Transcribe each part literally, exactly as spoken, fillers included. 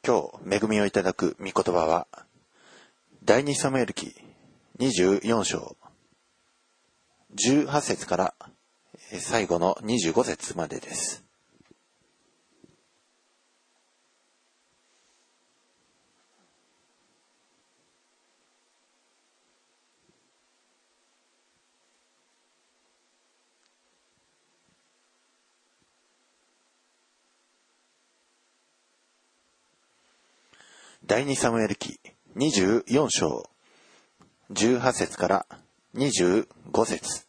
今日恵みをいただく御言葉は第二サムエル記にじゅうよん章じゅうはち節から最後のにじゅうご節までです。第二サムエル記にじゅうよん章じゅうはち節からにじゅうご節。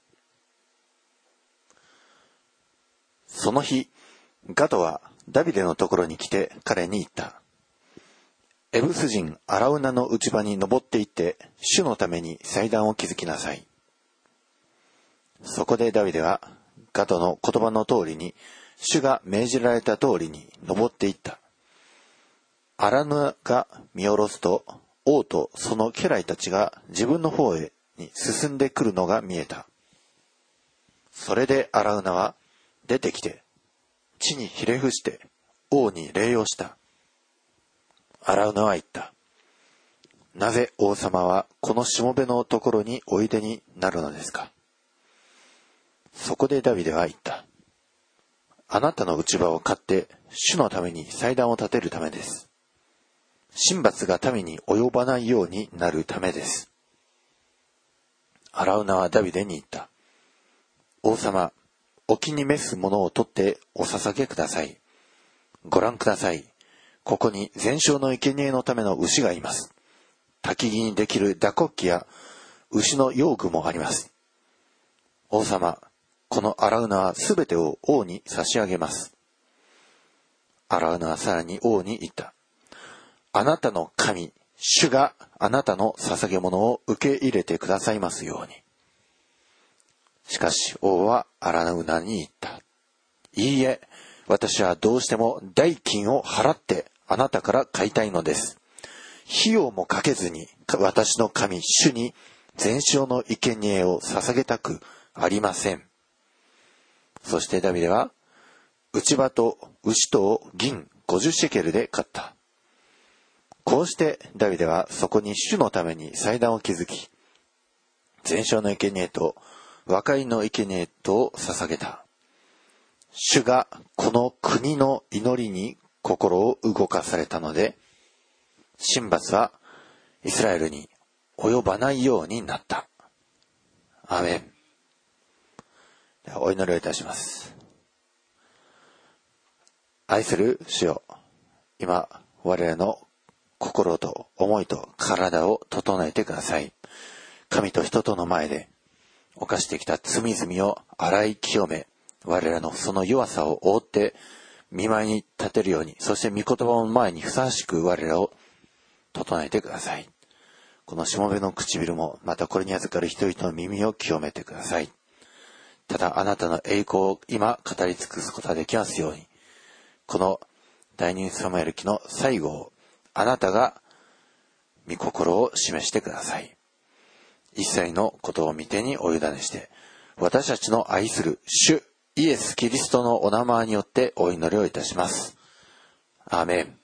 その日、ガドはダビデのところに来て彼に言った。エブス人アラウナの内場に登って行って主のために祭壇を築きなさい。そこでダビデはガドの言葉の通りに主が命じられた通りに登って行った。アラウナが見下ろすと王とその家来たちが自分の方へに進んでくるのが見えた。それでアラウナは出てきて地にひれ伏して王に礼をした。アラウナは言った。なぜ王様はこのしもべのところにおいでになるのですか。そこでダビデは言った。あなたの内場を買って主のために祭壇を建てるためです。神罰が民に及ばないようになるためです。アラウナはダビデに言った。王様、お気に召すものを取ってお捧げください。ご覧ください。ここに全焼の生贄のための牛がいます。焚き木にできる打刻器や牛の用具もあります。王様、このアラウナはすべてを王に差し上げます。アラウナはさらに王に言った。あなたの神、主があなたの捧げ物を受け入れてくださいますように。しかし王はアラウナに言った。いいえ、私はどうしても代金を払ってあなたから買いたいのです。費用もかけずに私の神、主に全焼の生贄を捧げたくありません。そしてダビデは内場と牛とを銀ごじゅうシェケルで買った。こうしてダビデはそこに主のために祭壇を築き、全焼の生贄と和解の生贄とを捧げた。主がこの国の祈りに心を動かされたので、神罰はイスラエルに及ばないようになった。アーメン。ではお祈りをいたします。愛する主よ、今我々の心と思いと体を整えてください。神と人との前で犯してきた罪々を洗い清め、我らのその弱さを覆って見舞いに立てるように、そして御言葉の前にふさわしく我らを整えてください。このしもべの唇も、またこれに預かる人々の耳を清めてください。ただあなたの栄光を今語り尽くすことができますように、この第二サムエル記の最後をあなたが御心を示してください。一切のことを御手にお委ねして、私たちの愛する主イエス・キリストのお名前によってお祈りをいたします。アーメン。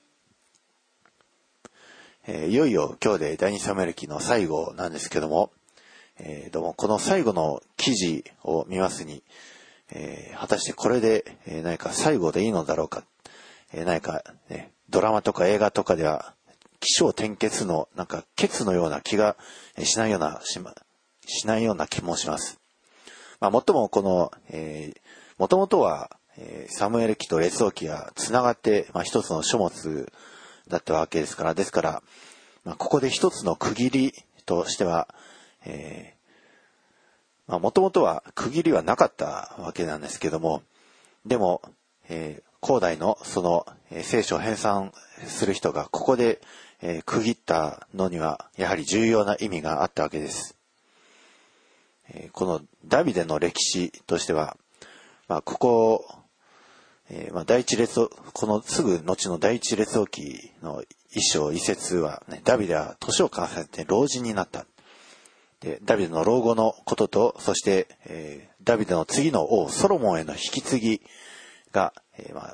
えー、いよいよ今日で第二サムエル記の最後なんですけども、えー、どうもこの最後の記事を見ますに、えー、果たしてこれで、えー、何か最後でいいのだろうか、えー、何か、ね、ドラマとか映画とかでは起承転結のなんかケツのような気がしないようなし, しないような気もします。まあ、もっともこの、えー、もともとは、えー、サムエル記と列王記がつながって、まあ、一つの書物だったわけですから、ですから、まあ、ここで一つの区切りとしては、えー、まあ、もともとは区切りはなかったわけなんですけども、でも、えー古代のその、えー、聖書を編纂する人がここで、えー、区切ったのにはやはり重要な意味があったわけです。えー、このダビデの歴史としては、まあ、ここ、えーまあ、第一列このすぐ後の第一列王記の一章一節は、ね、ダビデは年を重ねて老人になった。でダビデの老後のことと、そして、えー、ダビデの次の王ソロモンへの引き継ぎが、えーまあ、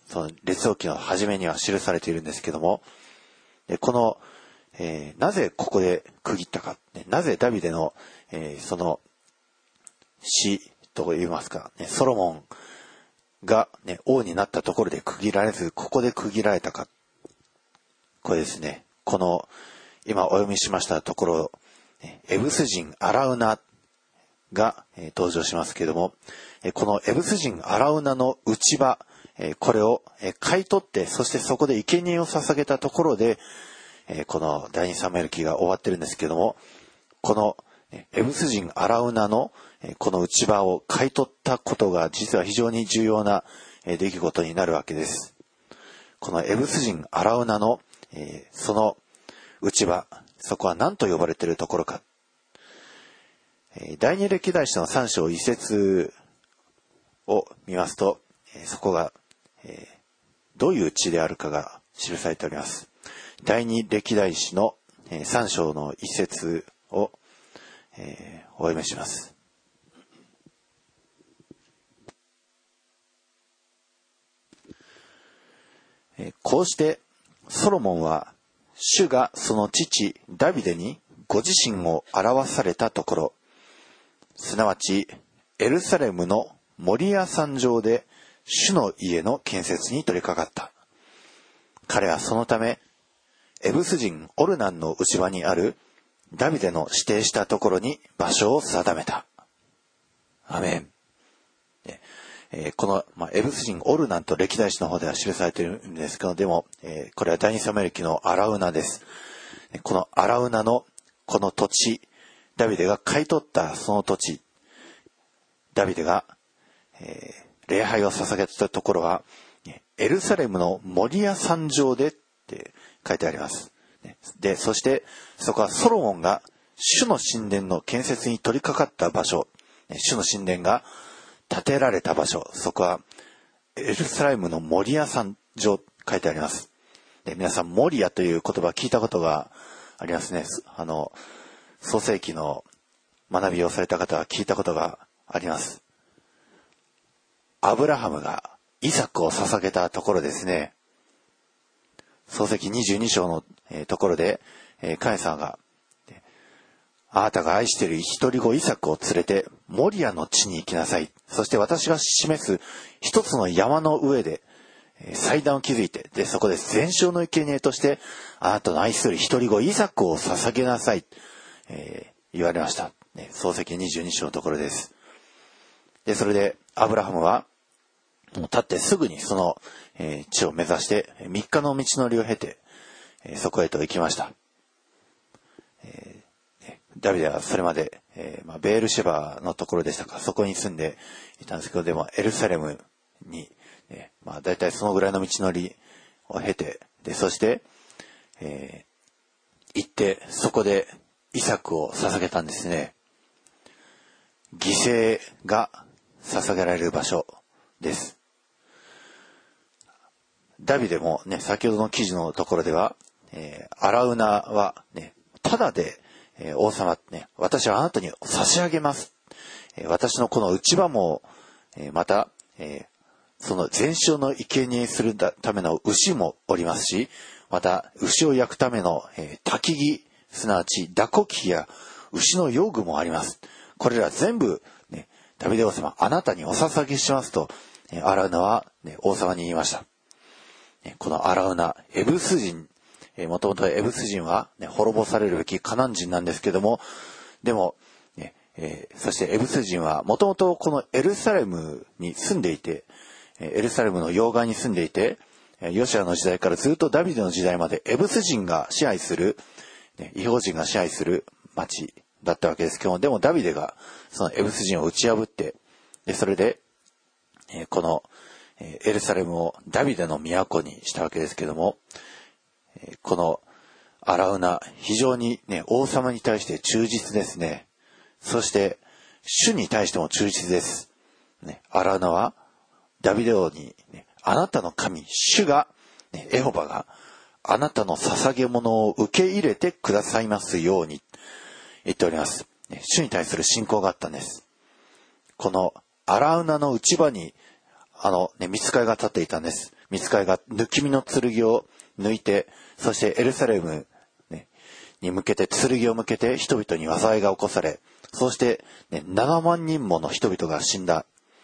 その列王記の初めには記されているんですけども、でこの、えー、なぜここで区切ったか、ね、なぜダビデの、えー、その死と言いますか、ね、ソロモンが、ね、王になったところで区切られず、ここで区切られたか。これですね、この今お読みしましたところ、エブス人アラウナが、えー、登場しますけれども、えー、このエブス人アラウナの内場、えー、これを、えー、買い取って、そしてそこで生贄を捧げたところで、えー、この第二サムエル記が終わってるんですけれども、このエブス人アラウナの、えー、この内場を買い取ったことが実は非常に重要な、えー、出来事になるわけです。このエブス人アラウナの、えー、その内場、そこは何と呼ばれているところか。第二歴代史のさん章一節を見ますと、そこがどういう地であるかが記されております。第二歴代史のさん章の一節をお読みします。こうしてソロモンは主がその父ダビデにご自身を表されたところ、すなわちエルサレムのモリア山上で主の家の建設に取り掛かった。彼はそのためエブス人オルナンの内場にあるダビデの指定したところに場所を定めた。アメン。えー、この、まあ、エブス人オルナンと歴代史の方では記されているんですけど、でも、えー、これは第二サムエル記のアラウナです。このアラウナのこの土地、ダビデが買い取ったその土地、ダビデが、えー、礼拝を捧げたところはエルサレムのモリア山上でって書いてあります。で、そしてそこはソロモンが主の神殿の建設に取り掛かった場所、主の神殿が建てられた場所、そこはエルサレムのモリア山上書いてあります。で、皆さんモリアという言葉聞いたことがありますね。あの創世記の学びをされた方は聞いたことがあります。アブラハムがイサクを捧げたところですね。創世記にじゅうに章の、えー、ところで、えー、神様が、あなたが愛している一人子イサクを連れてモリアの地に行きなさい。そして私が示す一つの山の上で、えー、祭壇を築いて、で、そこで全焼の生贄としてあなたの愛する一人子イサクを捧げなさい。えー、言われました。ね、創世記にじゅうに章のところです。で、それでアブラハムはもう立ってすぐにその、えー、地を目指してみっかの道のりを経て、えー、そこへと行きました。えー、ダビデはそれまで、えーまあ、ベールシェバのところでしたか、そこに住んでいたんですけど、でもエルサレムに、えーまあ、だいたいそのぐらいの道のりを経て、でそして、えー、行ってそこでイサクを捧げたんですね。犠牲が捧げられる場所です。ダビデもね、先ほどの記事のところでは、えー、アラウナはね、ただで、えー、王様ね、私はあなたに差し上げます。えー、私のこの内場も、えー、また、えー、その全焼の生贄するための牛もおりますし、また牛を焼くための、えー、焚き木、すなわち打刻機や牛の用具もあります。これら全部、ね、ダビデ王様、あなたにお捧げしますと、えー、アラウナは、ね、王様に言いました。このアラウナ、エブス人、えー、もともとエブス人は、ね、滅ぼされるべきカナン人なんですけども、でも、ねえー、そしてエブス人はもともとこのエルサレムに住んでいて、エルサレムの要害に住んでいて、ヨシアの時代からずっとダビデの時代までエブス人が支配する、ね、異邦人が支配する町だったわけですけども、でもダビデがそのエブス人を打ち破って、でそれで、えー、このエルサレムをダビデの都にしたわけですけども、このアラウナ、非常にね、王様に対して忠実ですね。そして、主に対しても忠実です。ね、アラウナは、ダビデ王に、ね、あなたの神、主が、ね、エホバが、あなたの捧げ物を受け入れてくださいますように、言っております。ね、主に対する信仰があったんです。このアラウナの内場に、あのね、御使いが立っていたんです。 御使いが抜き身の剣を抜いて、そしてエルサレム、ね、に向けて剣を向けて人々に災いが起こされ、そして、ね、ななまんにんもの人々が死んだ。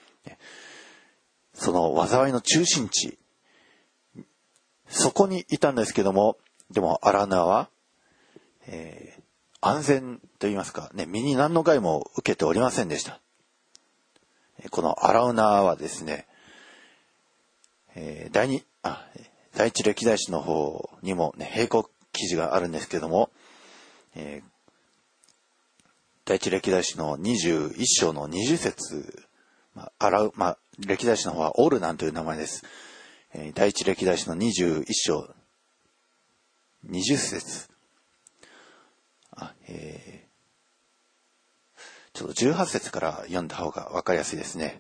その災いの中心地、そこにいたんですけども、でもアラウナは、えー、安全と言いますか、ね、身に何の害も受けておりませんでした。このアラウナはですね、えー、第二、あ、第一歴代史の方にもね、並行記事があるんですけども、えー、第一歴代史のにじゅういっ章のにじゅう節、まあ、アラウ、まあ、歴代史の方はオルナンという名前です。えー、第一歴代史のにじゅういっ章、にじゅう節。あ、えー、ちょっとじゅうはち節から読んだ方がわかりやすいですね。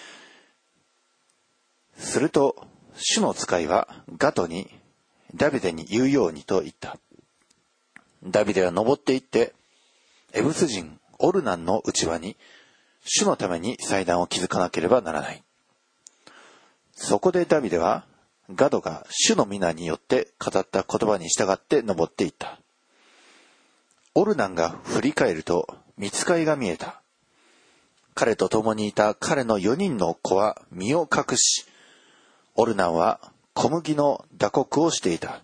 すると、主の使いはガトにダビデに言うようにと言った。ダビデは登って行って、エブス人オルナンの内場に主のために祭壇を築かなければならない。そこでダビデはガドが主の皆によって語った言葉に従って登っていった。オルナンが振り返ると御使いが見えた。彼と共にいた彼のよにんの子は身を隠し、オルナンは小麦の打刻をしていた。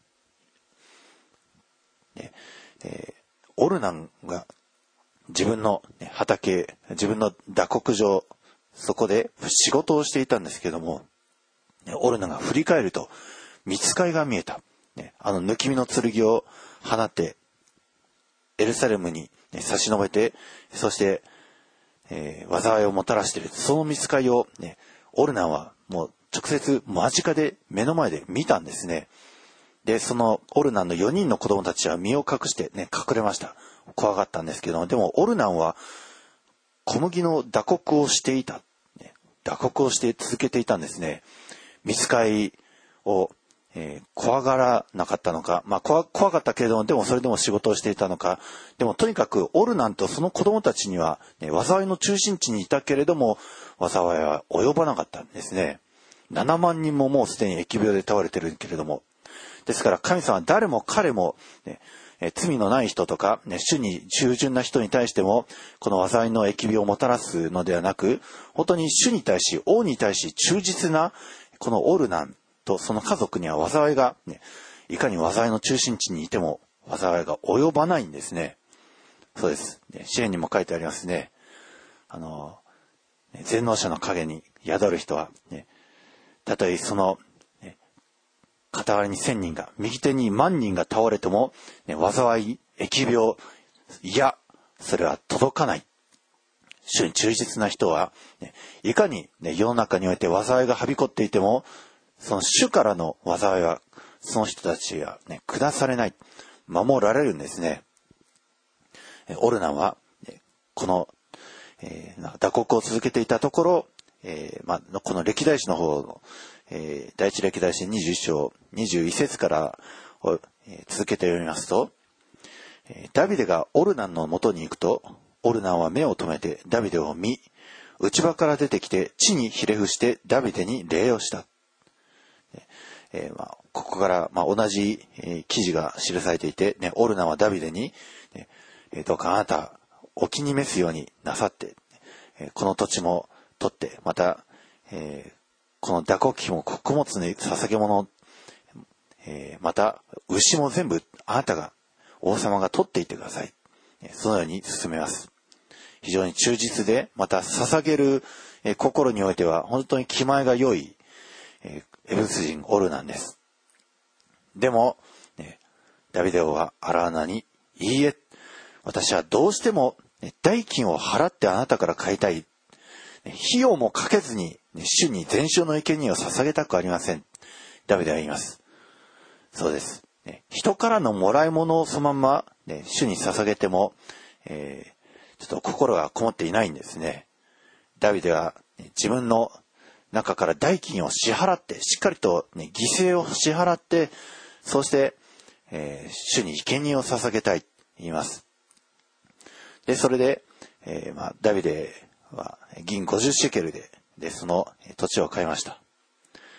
ねえー、オルナンが自分の畑、自分の打刻場、そこで仕事をしていたんですけども、オルナンが振り返ると御使いが見えた。あの抜き身の剣を放ってエルサレムに差し伸べて、そして、えー、災いをもたらしている。その御使いを、ね、オルナンはもう直接間近で目の前で見たんですね。で、そのオルナンのよにんの子供たちは身を隠してね、隠れました。怖がったんですけども、でもオルナンは小麦の打刻をしていた。ね、打刻をして続けていたんですね。御使いを、えー、怖がらなかったのか、まあ怖、怖かったけれども、でもそれでも仕事をしていたのか、でもとにかくオルナンとその子供たちには、ね、災いの中心地にいたけれども、災いは及ばなかったんですね。ななまんにんももうすでに疫病で倒れてるけれども。ですから神様は誰も彼も、ね、え罪のない人とか、ね、主に従順な人に対しても、この災いの疫病をもたらすのではなく、本当に主に対し、王に対し忠実な、このオルナンとその家族には災いが、ね、いかに災いの中心地にいても災いが及ばないんですね。そうです。詩篇にも書いてありますね。あの、全能者の影に宿る人は、ね、たとえその、ね、傍らに千人が、右手に万人が倒れても、ね、災い、疫病、いや、それは届かない。主に忠実な人は、ね、いかに、ね、世の中において災いがはびこっていても、その主からの災いは、その人たちが、ね、下されない。守られるんですね。オルナンは、この、えー、打刻を続けていたところ、えーまあ、この歴代史の方の、えー、第一歴代史にじゅういっ章にじゅういち節からを、えー、続けて読みますと、えー、ダビデがオルナンの元に行くと、オルナンは目を留めてダビデを見、内場から出てきて地にひれ伏してダビデに礼をした。えーまあ、ここから、まあ、同じ、えー、記事が記されていて、ね、オルナンはダビデに、ねえー、どうかあなたお気に召すようになさって、えー、この土地も取って、また、えー、この打刻機も穀物に捧げ物、えー、また牛も全部あなたが王様が取っていってください。そのように進めます。非常に忠実で、また捧げる、えー、心においては本当に気前が良い、えー、エブス人オルナンです。でも、ね、ダビデ王はアラーナに、いいえ、私はどうしても、ね、代金を払ってあなたから買いたい。費用もかけずに、ね、主に全焼の生贄を捧げたくありません。ダビデは言います。そうです。ね、人からのもらい物をそのまま、ね、主に捧げても、えー、ちょっと心がこもっていないんですね。ダビデは、ね、自分の中から代金を支払って、しっかりと、ね、犠牲を支払って、そして、えー、主に生贄を捧げたいと言います。で、それで、えーまあ、ダビデは銀ごじゅうシェケルで、で、その土地を買いました。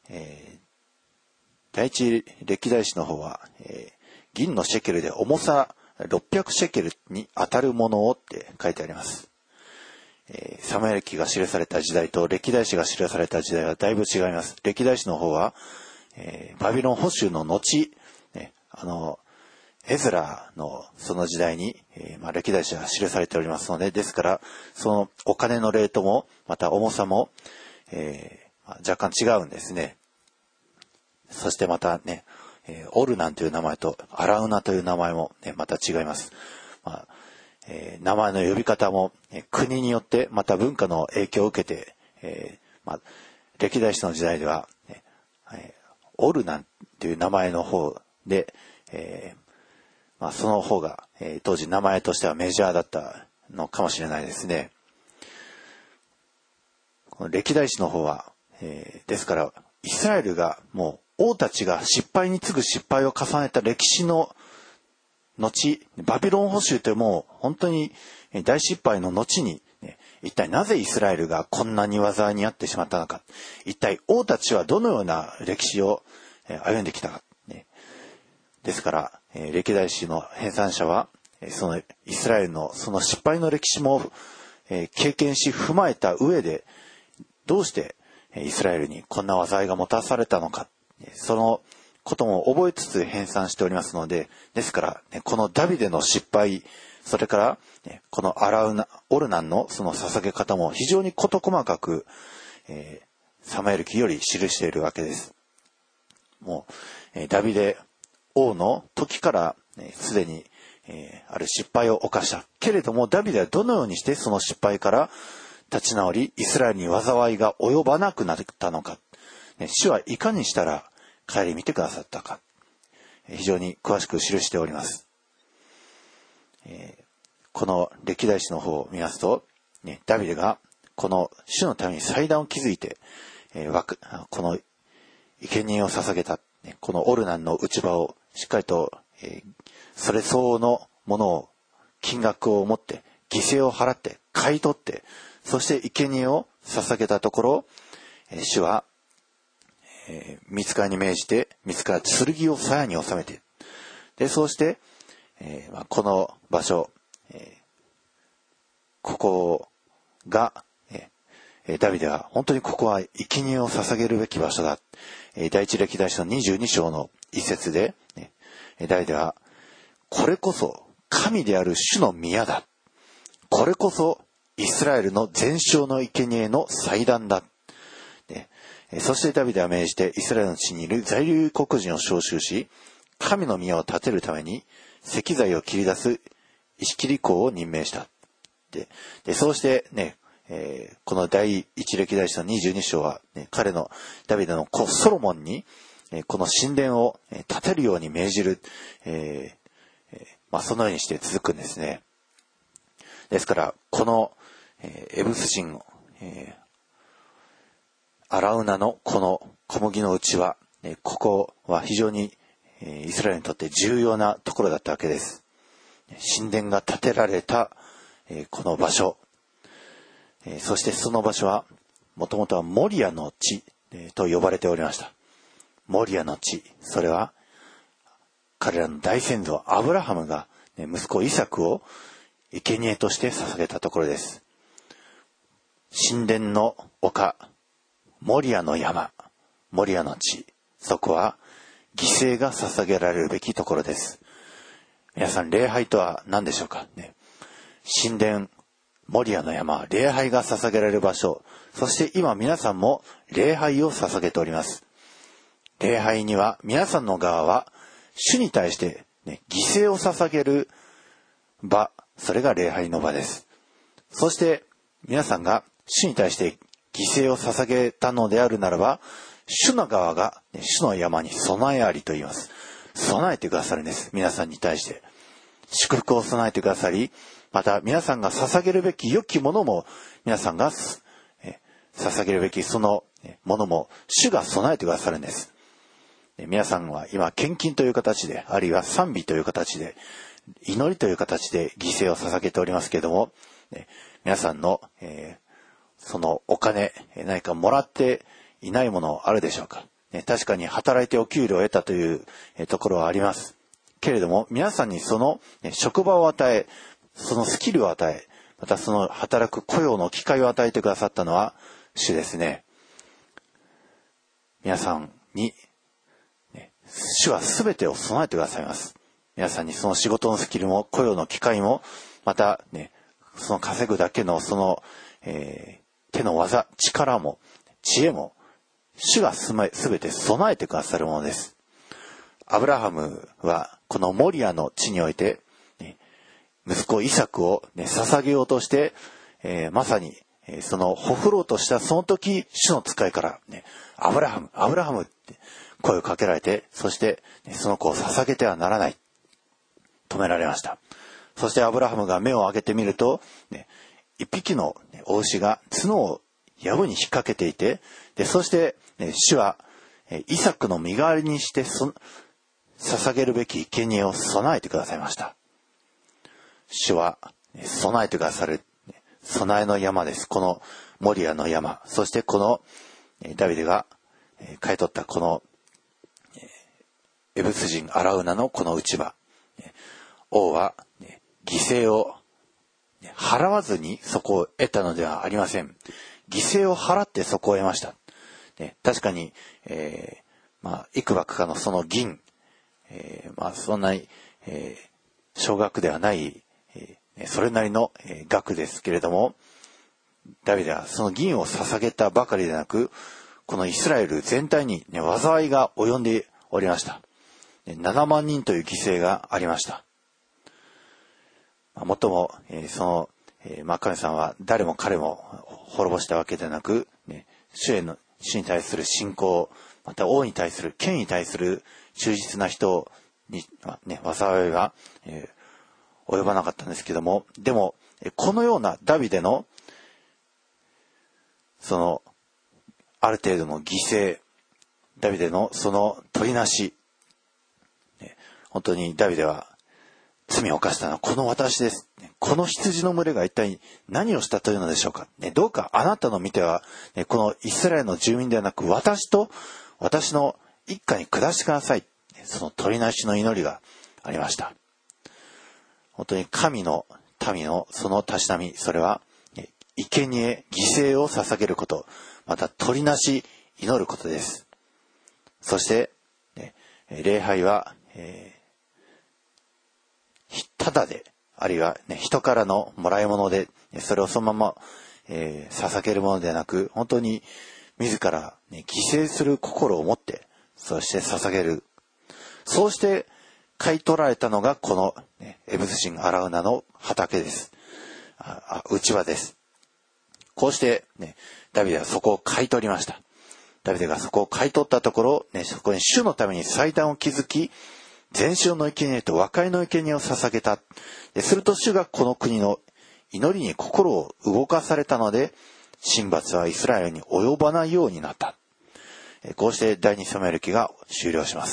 えー、第一歴代史の方は、えー、銀のシェケルで重さろっぴゃくシェケルに当たるものをって書いてあります。えー、サムエル記が記された時代と歴代史が記された時代はだいぶ違います。歴代史の方は、えー、バビロン捕囚の後、ね、あの、エズラのその時代に、えーまあ、歴代史が記されておりますので、ですから、そのお金のレートも、また重さも、えーまあ、若干違うんですね。そしてまたね、えー、オルナンという名前とアラウナという名前も、ね、また違います。まあえー、名前の呼び方も、えー、国によってまた文化の影響を受けて、えーまあ、歴代史の時代では、ねえー、オルナンという名前の方で、えーまあ、その方が、えー、当時名前としてはメジャーだったのかもしれないですね。この歴代史の方は、えー、ですからイスラエルがもう王たちが失敗に次ぐ失敗を重ねた歴史の後、バビロン捕囚というもう本当に大失敗の後に、ね、一体なぜイスラエルがこんなに災いに遭ってしまったのか、一体王たちはどのような歴史を歩んできたか、ね、ですから、えー、歴代史の編纂者は、そのイスラエルのその失敗の歴史も、えー、経験し踏まえた上で、どうしてイスラエルにこんな災いがもたされたのか、そのことも覚えつつ編纂しておりますので、ですから、ね、このダビデの失敗、それから、ね、このアラウナ、オルナンのその捧げ方も非常に事細かく、えー、サムエル記より記しているわけです。もう、えー、ダビデ王の時からすで、ね、に、えー、ある失敗を犯したけれども、ダビデはどのようにしてその失敗から立ち直り、イスラエルに災いが及ばなくなったのか、ね、主はいかにしたら顧みてくださったか、非常に詳しく記しております。えー、この歴代史の方を見ますと、ね、ダビデがこの主のために祭壇を築いて、えー、この生贄を捧げた、ね、このオルナンの内場をしっかりと、えー、それ相応のものを、金額を持って犠牲を払って買い取って、そして生贄を捧げたところ、えー、主はえー、御使いに命じて、御使いは剣を鞘に収めて、で、そうして、えーまあ、この場所、えー、ここが、えー、ダビデは本当にここは生贄を捧げるべき場所だ。えー、第一歴代史のにじゅうに章の一節で、ね、ダビデは、これこそ神である主の宮だ。これこそイスラエルの全焼の生贄の祭壇だ。ね、そしてダビデは命じてイスラエルの地にいる在留国人を召集し、神の宮を建てるために石材を切り出す石切り工を任命した。で、でそうしてね、えー、この第一歴代史のにじゅうに章は、ね、彼のダビデの子ソロモンに、えー、この神殿を建てるように命じる、えーえーまあ、そのようにして続くんですね。ですからこの、えー、エブス人、えーアラウナのこの小麦の内は、ここは非常にイスラエルにとって重要なところだったわけです。神殿が建てられたこの場所、そしてその場所はもともとはモリアの地と呼ばれておりました。モリアの地、それは彼らの大先祖アブラハムが息子イサクを生贄として捧げたところです。神殿の丘、モリアの山、モリアの地、そこは犠牲が捧げられるべきところです。皆さん、礼拝とは何でしょうかね。神殿、モリアの山、礼拝が捧げられる場所、そして今皆さんも礼拝を捧げております。礼拝には皆さんの側は主に対して、ね、犠牲を捧げる場、それが礼拝の場です。そして皆さんが主に対して犠牲を捧げたのであるならば、主の側が、ね、主の山に備えありと言います。備えてくださるんです。皆さんに対して。祝福を備えてくださり、また皆さんが捧げるべき良きものも、皆さんがえ捧げるべきそのものも、主が備えてくださるんです。皆さんは今、献金という形で、あるいは賛美という形で、祈りという形で犠牲を捧げておりますけれども、ね、皆さんの、えーそのお金、何かもらっていないものあるでしょうか。 ね、確かに働いてお給料を得たというところはあります。けれども、皆さんにその職場を与え、そのスキルを与え、またその働く雇用の機会を与えてくださったのは主ですね。皆さんに、ね、主は全てを備えてくださいます。皆さんにその仕事のスキルも雇用の機会も、またね、その稼ぐだけのその、えー、手の技、力も、知恵も、主がすべて備えてくださるものです。アブラハムはこのモリアの地において、ね、息子イサクを、ね、捧げようとして、えー、まさに、えー、そのほふろうとしたその時、主の使いから、ね、アブラハム、アブラハムって声をかけられて、そして、ね、その子を捧げてはならない。止められました。そしてアブラハムが目を上げてみると、ね、一匹の雄牛が角を藪に引っ掛けていて、で、そして、ね、主は、イサクの身代わりにしてそ、捧げるべき生贄を備えてくださいました。主は、ね、備えてくださる、ね、備えの山です。このモリアの山。そしてこの、ダビデが、えー、買い取ったこの、エブス人アラウナのこの内場。王は、ね、犠牲を、ね、払わずにそこを得たのではありません。犠牲を払ってそこを得ました。ね、確かに、えー、まあ、幾ばくかのその銀、えー、まあ、そんなに、えー、少額ではない、えー、それなりの、えー、額ですけれども、ダビデはその銀を捧げたばかりでなく、このイスラエル全体に、ね、災いが及んでおりました。ななまんにんという犠牲がありました。もっとも、えー、その、えー、まあ、神さんは誰も彼も滅ぼしたわけではなく、ね、主への、主に対する信仰、また王に対する、権に対する忠実な人に、ね、災いは、えー、及ばなかったんですけども、でも、このようなダビデの、その、ある程度の犠牲、ダビデのその取りなし、ね、本当にダビデは、罪を犯したのはこの私です。この羊の群れが一体何をしたというのでしょうか。どうかあなたの見ては、このイスラエルの住民ではなく、私と私の一家に下してください。その取りなしの祈りがありました。本当に神の民のそのたしなみ、それは、生贄、犠牲を捧げること、また取りなし、祈ることです。そして、礼拝は、えーただで、あるいは、ね、人からのもらい物で、それをそのまま、えー、捧げるものではなく、本当に自ら、ね、犠牲する心を持って、そして捧げる。そうして買い取られたのがこの、ね、エブス人アラウナの畑です。ああ内輪です。こうして、ね、ダビデはそこを買い取りました。ダビデがそこを買い取ったところ、ね、そこに主のために祭壇を築き、全焼の生贄と和解の生贄を捧げた。すると主がこの国の祈りに心を動かされたので、神罰はイスラエルに及ばないようになった。こうして第二サムエル記が終了します。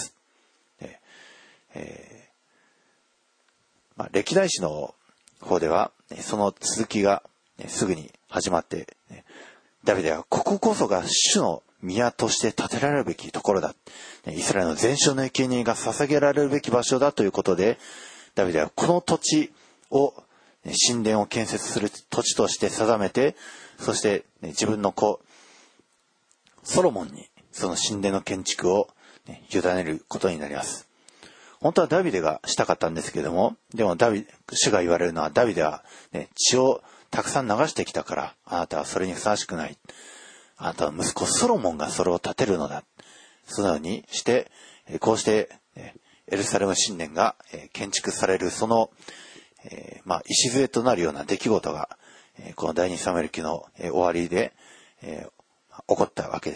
えーまあ、歴代史の方では、その続きがすぐに始まって、ダビデはこここそが主の宮として建てられるべきところだ。イスラエルの全焼の生贄が捧げられるべき場所だということで、ダビデはこの土地を、神殿を建設する土地として定めて、そして、ね、自分の子、ソロモンにその神殿の建築を、ね、委ねることになります。本当はダビデがしたかったんですけども、でもダビ主が言われるのは、ダビデは、ね、血をたくさん流してきたから、あなたはそれにふさわしくない。あなたは息子ソロモンがそれを建てるのだ。そのようにして、こうして、エルサレム神殿が建築される、その、えー、まあ、礎となるような出来事が、この第二サムエル記の終わりで、えー、起こったわけです。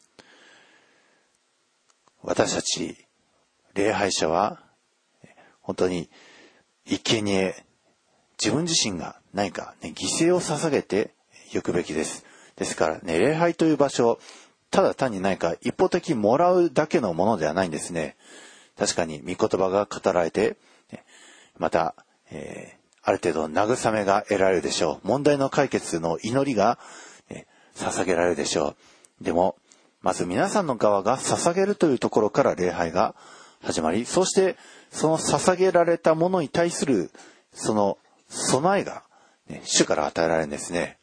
私たち、礼拝者は、本当に、生贄、自分自身が何か、ね、犠牲を捧げていくべきです。ですからね、礼拝という場所、ただ単に何か一方的にもらうだけのものではないんですね。確かに御言葉が語られて、また、えー、ある程度慰めが得られるでしょう。問題の解決の祈りが、えー、捧げられるでしょう。でも、 まず皆さんの側が捧げるというところから礼拝が始まり、そしてその捧げられたものに対するその備えが、ね、主から与えられるんですね。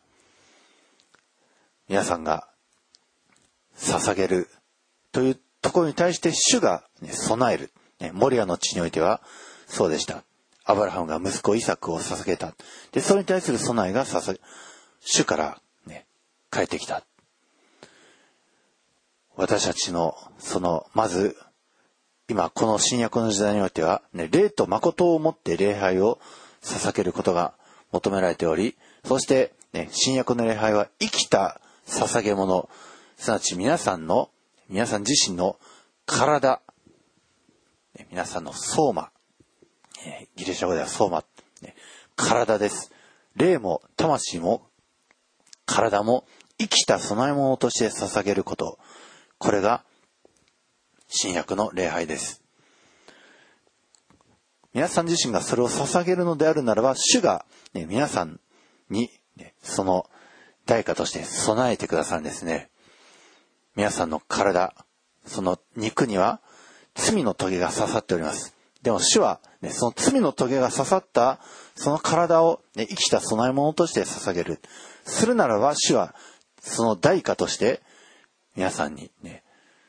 皆さんが捧げるというところに対して主が、ね、備える、ね、モリアの地においてはそうでした。アブラハムが息子イサクを捧げた。で、それに対する備えが捧げ主から、ね、返ってきた。私たちのそのまず今この新約の時代においては、ね、霊と誠をもって礼拝を捧げることが求められており、そして、ね、新約の礼拝は生きた捧げ物、すなわち皆さんの皆さん自身の体、ね、皆さんのソーマ、えー、ギリシャ語ではソーマ、ね、体です。霊も魂も体も生きた供え物として捧げること、これが新約の礼拝です。皆さん自身がそれを捧げるのであるならば、主が、ね、皆さんに、ね、その代価として備えてくださるんですね。皆さんの体、その肉には罪の棘が刺さっております。でも主は、ね、その罪の棘が刺さったその体を、ね、生きた供え物として捧げる。するならば主はその代価として皆さんにね、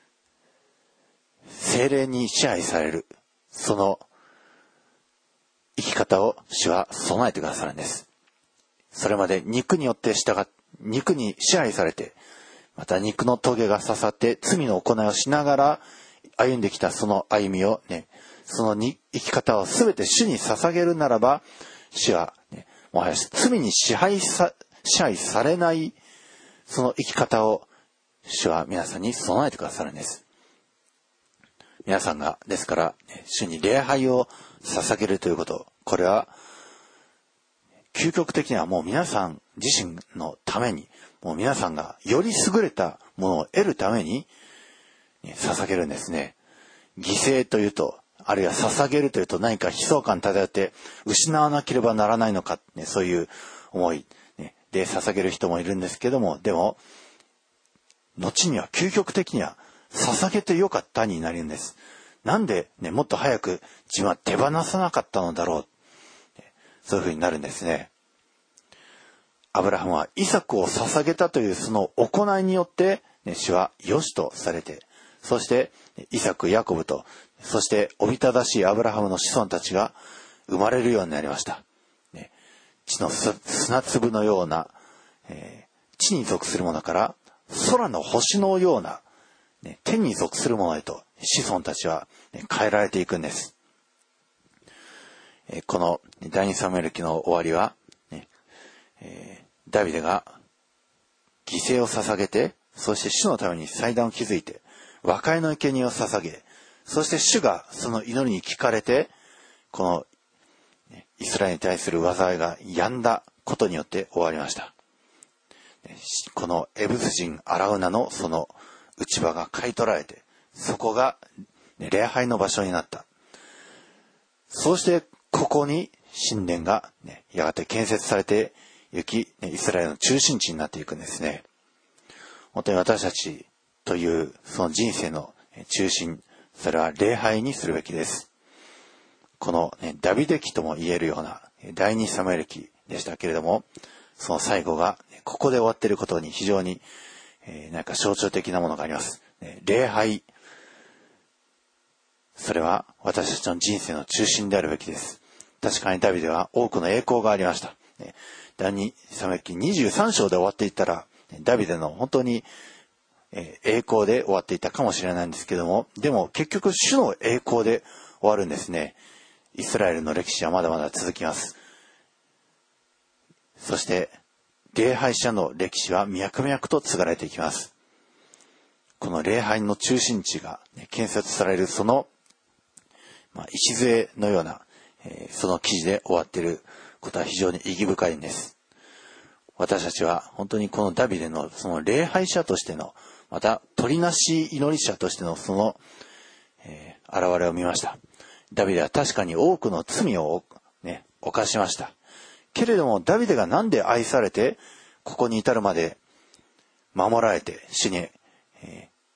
聖霊に支配されるその生き方を主は備えてくださるんです。それまで肉によって従っ肉に支配されて、また肉の棘が刺さって罪の行いをしながら歩んできたその歩みをね、そのに生き方をすべて主に捧げるならば、主は、ね、もはや罪に支配さ支配されないその生き方を主は皆さんに備えてくださるんです。皆さんがですから主に礼拝を捧げるということ、これは究極的にはもう皆さん自身のために、もう皆さんがより優れたものを得るために捧げるんですね。犠牲というと、あるいは捧げるというと何か悲壮感漂って失わなければならないのか、ね、そういう思い、ね、で捧げる人もいるんですけども、でも後には究極的には捧げてよかったになるんです。なんで、ね、もっと早く自分は手放さなかったのだろう。そういうふうになるんですね。アブラハムはイサクを捧げたというその行いによって、ね、主は良しとされて、そしてイサク、ヤコブと、そしておびただしいアブラハムの子孫たちが生まれるようになりました。ね、地の砂粒のような、えー、地に属するものから空の星のような、ね、天に属するものへと子孫たちは、ね、変えられていくんです。えー、この第二サムエル記の終わりは、ねえー、ダビデが犠牲を捧げて、そして主のために祭壇を築いて和解の生贄を捧げ、そして主がその祈りに聞かれて、このイスラエルに対する災いが止んだことによって終わりました。このエブス人アラウナのその内場が買い取られて、そこが礼拝の場所になった。そうしてここに神殿が、ね、やがて建設されて行き、イスラエルの中心地になっていくんですね。本当に私たちというその人生の中心、それは礼拝にするべきです。この、ね、ダビデ記とも言えるような第二サムエル記でしたけれども、その最後がここで終わっていることに非常に、えー、なんか象徴的なものがあります。礼拝、それは私たちの人生の中心であるべきです。確かにダビデは多くの栄光がありました。第二サムエル記にじゅうさん章で終わっていったら、ダビデの本当に栄光で終わっていたかもしれないんですけども、でも結局主の栄光で終わるんですね。イスラエルの歴史はまだまだ続きます。そして礼拝者の歴史は脈々と継がれていきます。この礼拝の中心地が建設されるその、まあ、礎のような、えー、その記事で終わっていることは非常に意義深いんです。私たちは本当にこのダビデのその礼拝者としての、また取りなし祈り者としてのその、えー、現れを見ました。ダビデは確かに多くの罪を、ね、犯しました。けれどもダビデがなんで愛されてここに至るまで守られて主に、え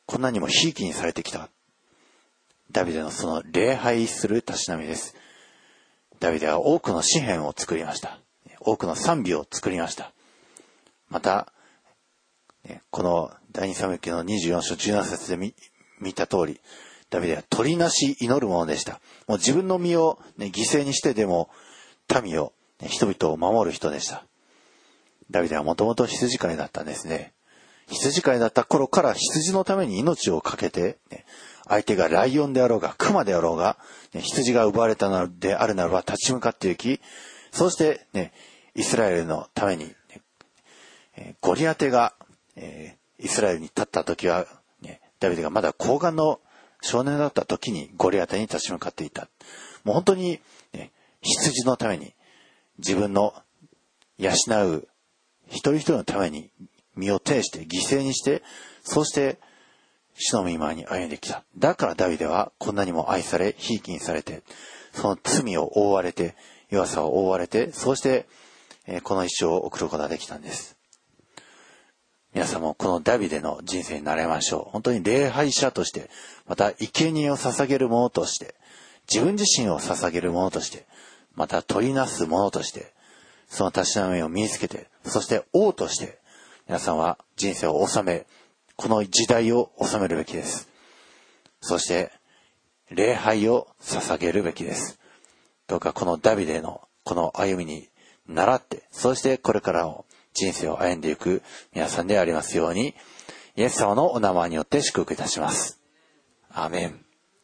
こんなにもひいきにされてきた。ダビデのその礼拝するたしなみです。ダビデは多くの詩篇を作りました。多くの賛美を作りました。また、この第二サムエル記のにじゅうよん章じゅうなな節で 見, 見た通り、ダビデは鳥なし祈るものでした。もう自分の身を、ね、犠牲にしてでも民を、ね、人々を守る人でした。ダビデはもともと羊飼いだったんですね。羊飼いだった頃から羊のために命を懸けて、ね、相手がライオンであろうが熊であろうが、ね、羊が奪われたのであるならば立ち向かっていき、そして、ね、イスラエルのために、ねえー、ゴリアテが、えー、イスラエルに立った時は、ね、ダビデがまだ高顔の少年だった時にゴリアテに立ち向かっていた。もう本当に、ね、羊のために自分の養う一人一人のために身を挺して犠牲にして、そして主の御前に歩んできた。だからダビデはこんなにも愛され、ひいきにされて、その罪を覆われて、弱さを覆われて、そうして、えー、この一生を送ることができたんです。皆さんもこのダビデの人生になれましょう。本当に礼拝者として、また生贄を捧げる者として、自分自身を捧げる者として、また取りなす者として、そのたしなみを身につけて、そして王として、皆さんは人生を治め、この時代を治めるべきです。そして、礼拝を捧げるべきです。どうかこのダビデのこの歩みに倣って、そしてこれからの人生を歩んでいく皆さんでありますように、イエス様のお名前によって祝福いたします。アーメン。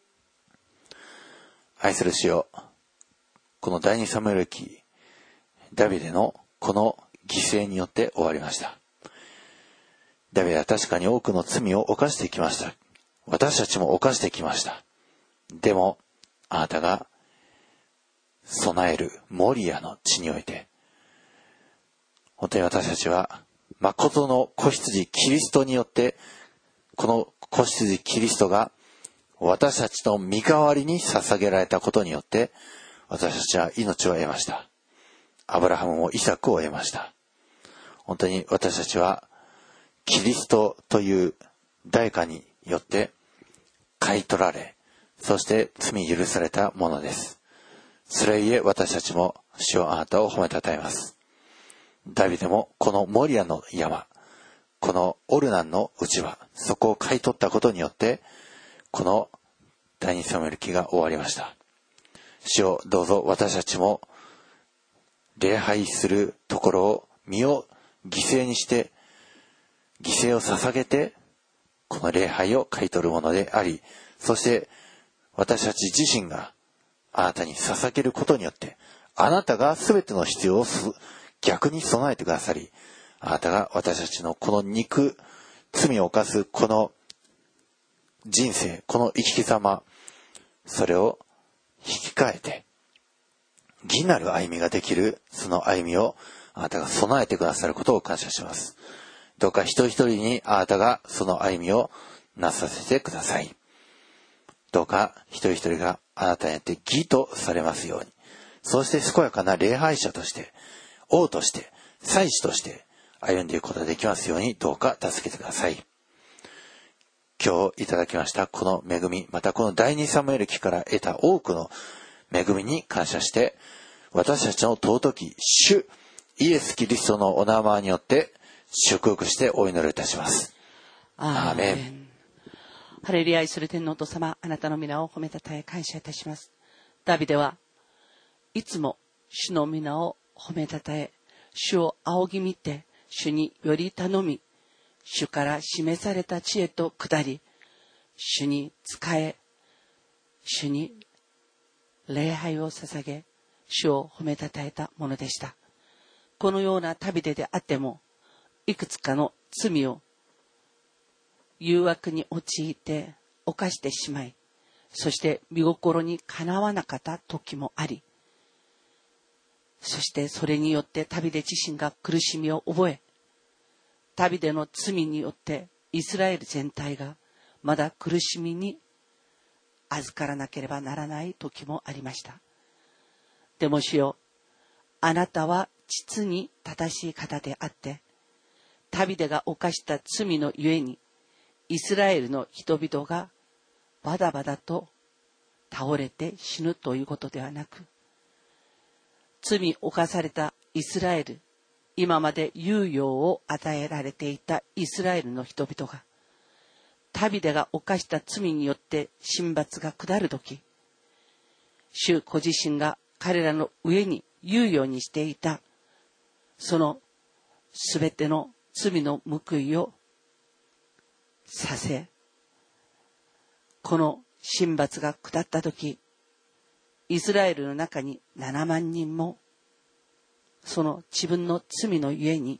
愛する主よ、この第二サムエル記、ダビデのこの犠牲によって終わりました。ダビデは確かに多くの罪を犯してきました。私たちも犯してきました。でも、あなたが備えるモリアの地において、本当に私たちは誠の子羊キリストによって、この子羊キリストが私たちの身代わりに捧げられたことによって、私たちは命を得ました。アブラハムもイサクを得ました。本当に私たちはキリストという代価によって買い取られ、そして罪許されたものです。それゆえ私たちも主をあなたを褒めたたえます。ダビデもこのモリアの山、このオルナンの内場、そこを買い取ったことによって、この第二サムエル記が終わりました。主をどうぞ私たちも礼拝するところを身を犠牲にして、犠牲を捧げて、この礼拝を買い取るものであり、そして私たち自身があなたに捧げることによって、あなたが全ての必要を逆に備えてくださり、あなたが私たちのこの肉、罪を犯すこの人生、この生き様、それを引き換えて、義なる歩みができる、その歩みをあなたが備えてくださることを感謝します。どうか一人一人にあなたがその歩みをなさせてください。どうか一人一人があなたによって義とされますように、そして健やかな礼拝者として、王として、祭司として歩んでいくことができますように、どうか助けてください。今日いただきましたこの恵み、またこの第二サムエル記から得た多くの恵みに感謝して、私たちの尊き主イエス・キリストのお名前によって祝福してお祈りいたします。アーメン。 ハレルヤ、愛する天皇お父様、あなたの皆を褒めたたえ感謝いたします。ダビデはいつも主の皆を褒めたたえ、主を仰ぎ見て、主により頼み、主から示された知恵と下り、主に仕え、主に礼拝を捧げ、主を褒めたたえたものでした。このようなダビデであっても、いくつかの罪を誘惑に陥って犯してしまい、そして見心にかなわなかった時もあり、そしてそれによってダビデ自身が苦しみを覚え、ダビデの罪によってイスラエル全体がまだ苦しみに預からなければならない時もありました。でも主よ、あなたは実に正しい方であって、ダビデが犯した罪のゆえにイスラエルの人々がバダバダと倒れて死ぬということではなく、罪犯されたイスラエル、今まで猶予を与えられていたイスラエルの人々が、ダビデが犯した罪によって審罰が下るとき、主ご自身が彼らの上に猶予にしていた、そのすべての罪の報いをさせ、この審罰が下ったとき、イスラエルの中にななまんにんも、その自分の罪のゆえに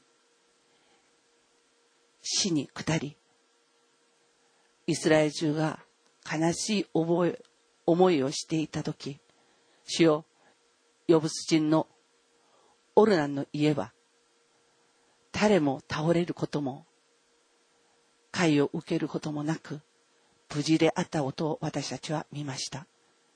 死に下り、イスラエル中が悲しい思い、思いをしていたとき、主よ、ヨブス人のオルナンの家は、誰も倒れることも、害を受けることもなく、無事であったことを私たちは見ました。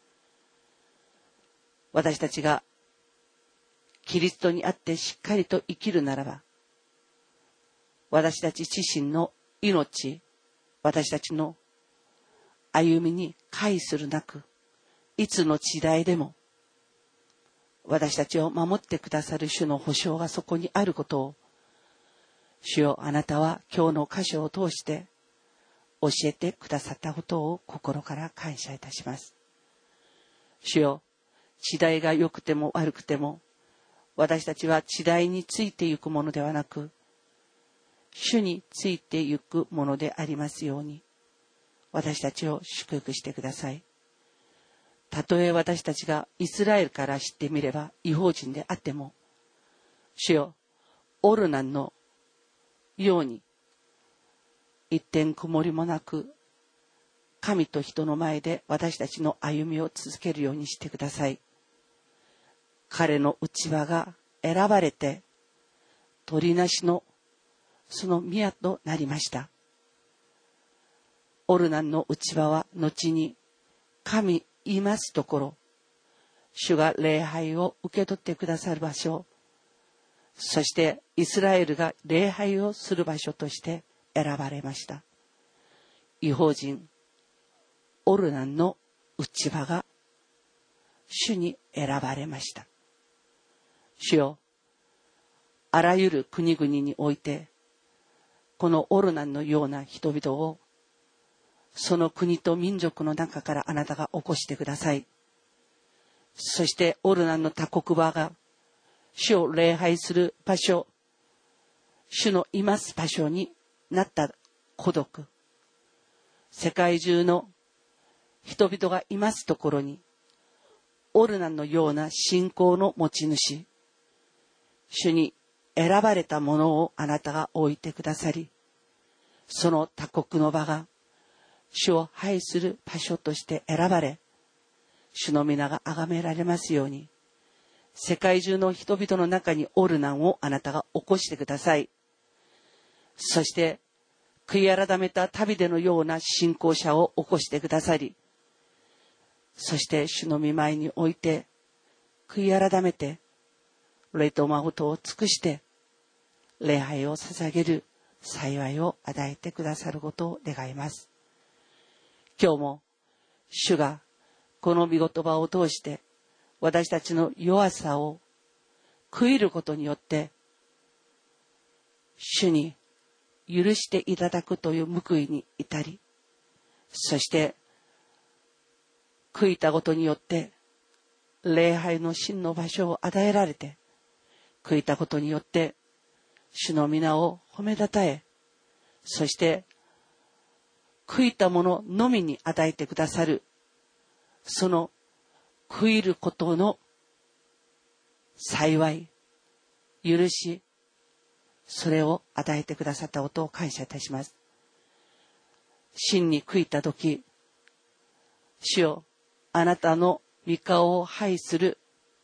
私たちがキリストにあってしっかりと生きるならば、私たち自身の命、私たちの歩みに介するなく、いつの時代でも私たちを守ってくださる主の保証がそこにあることを、主よ、あなたは今日の箇所を通して教えてくださったことを心から感謝いたします。主よ、時代が良くても悪くても、私たちは時代についてゆくものではなく、主についてゆくものでありますように、私たちを祝福してください。たとえ私たちがイスラエルから知ってみれば異邦人であっても、主よ、オルナンのように一点曇りもなく、神と人の前で私たちの歩みを続けるようにしてください。彼の内輪が選ばれて、鳥なしのその宮となりました。オルナンの内輪は後に神いますところ、主が礼拝を受け取ってくださる場所、そしてイスラエルが礼拝をする場所として選ばれました。異邦人オルナンの内輪が主に選ばれました。主よ、あらゆる国々においてこのオルナンのような人々をその国と民族の中からあなたが起こしてください。そしてオルナンの他国場が主を礼拝する場所、主のいます場所になった孤独、世界中の人々がいますところにオルナンのような信仰の持ち主、主に選ばれたものをあなたが置いてくださり、その他国の場が主を拝する場所として選ばれ、主の皆が崇められますように、世界中の人々の中にオルナンをあなたが起こしてください。そして悔い改めたダビデのような信仰者を起こしてくださり、そして主の御前において悔い改めて霊と誠を尽くして礼拝を捧げる幸いを与えてくださることを願います。今日も主がこの御言葉を通して私たちの弱さを悔いることによって主に許していただくという報いに至り、そして悔いたことによって礼拝の真の場所を与えられて、悔いたことによって主の皆を褒めたたえ、そして悔いたもののみに与えてくださる、その悔いることの幸い、許し、それを与えてくださったことを感謝いたします。真に悔いたとき、主よ、あなたの御顔を拝する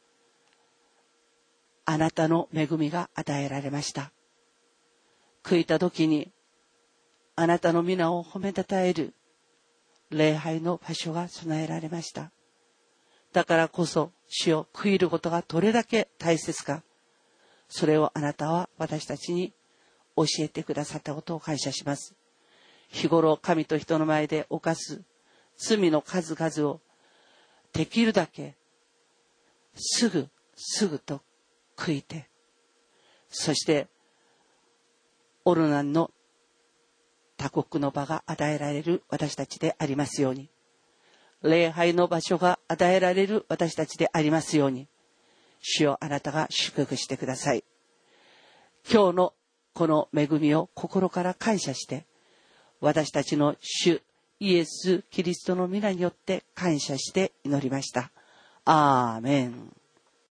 あなたの恵みが与えられました。悔いたときにあなたの皆を褒めたたえる礼拝の場所が備えられました。だからこそ主よ、悔いることがどれだけ大切か、それをあなたは私たちに教えてくださったことを感謝します。 日頃神と人の前で犯す罪の数々をできるだけすぐすぐと悔いて、そしてオルナンの多国の場が与えられる私たちでありますように、礼拝の場所が与えられる私たちでありますように、主よ、あなたが祝福してください。今日のこの恵みを心から感謝して、私たちの主イエス・キリストの皆によって感謝して祈りました。アーメン。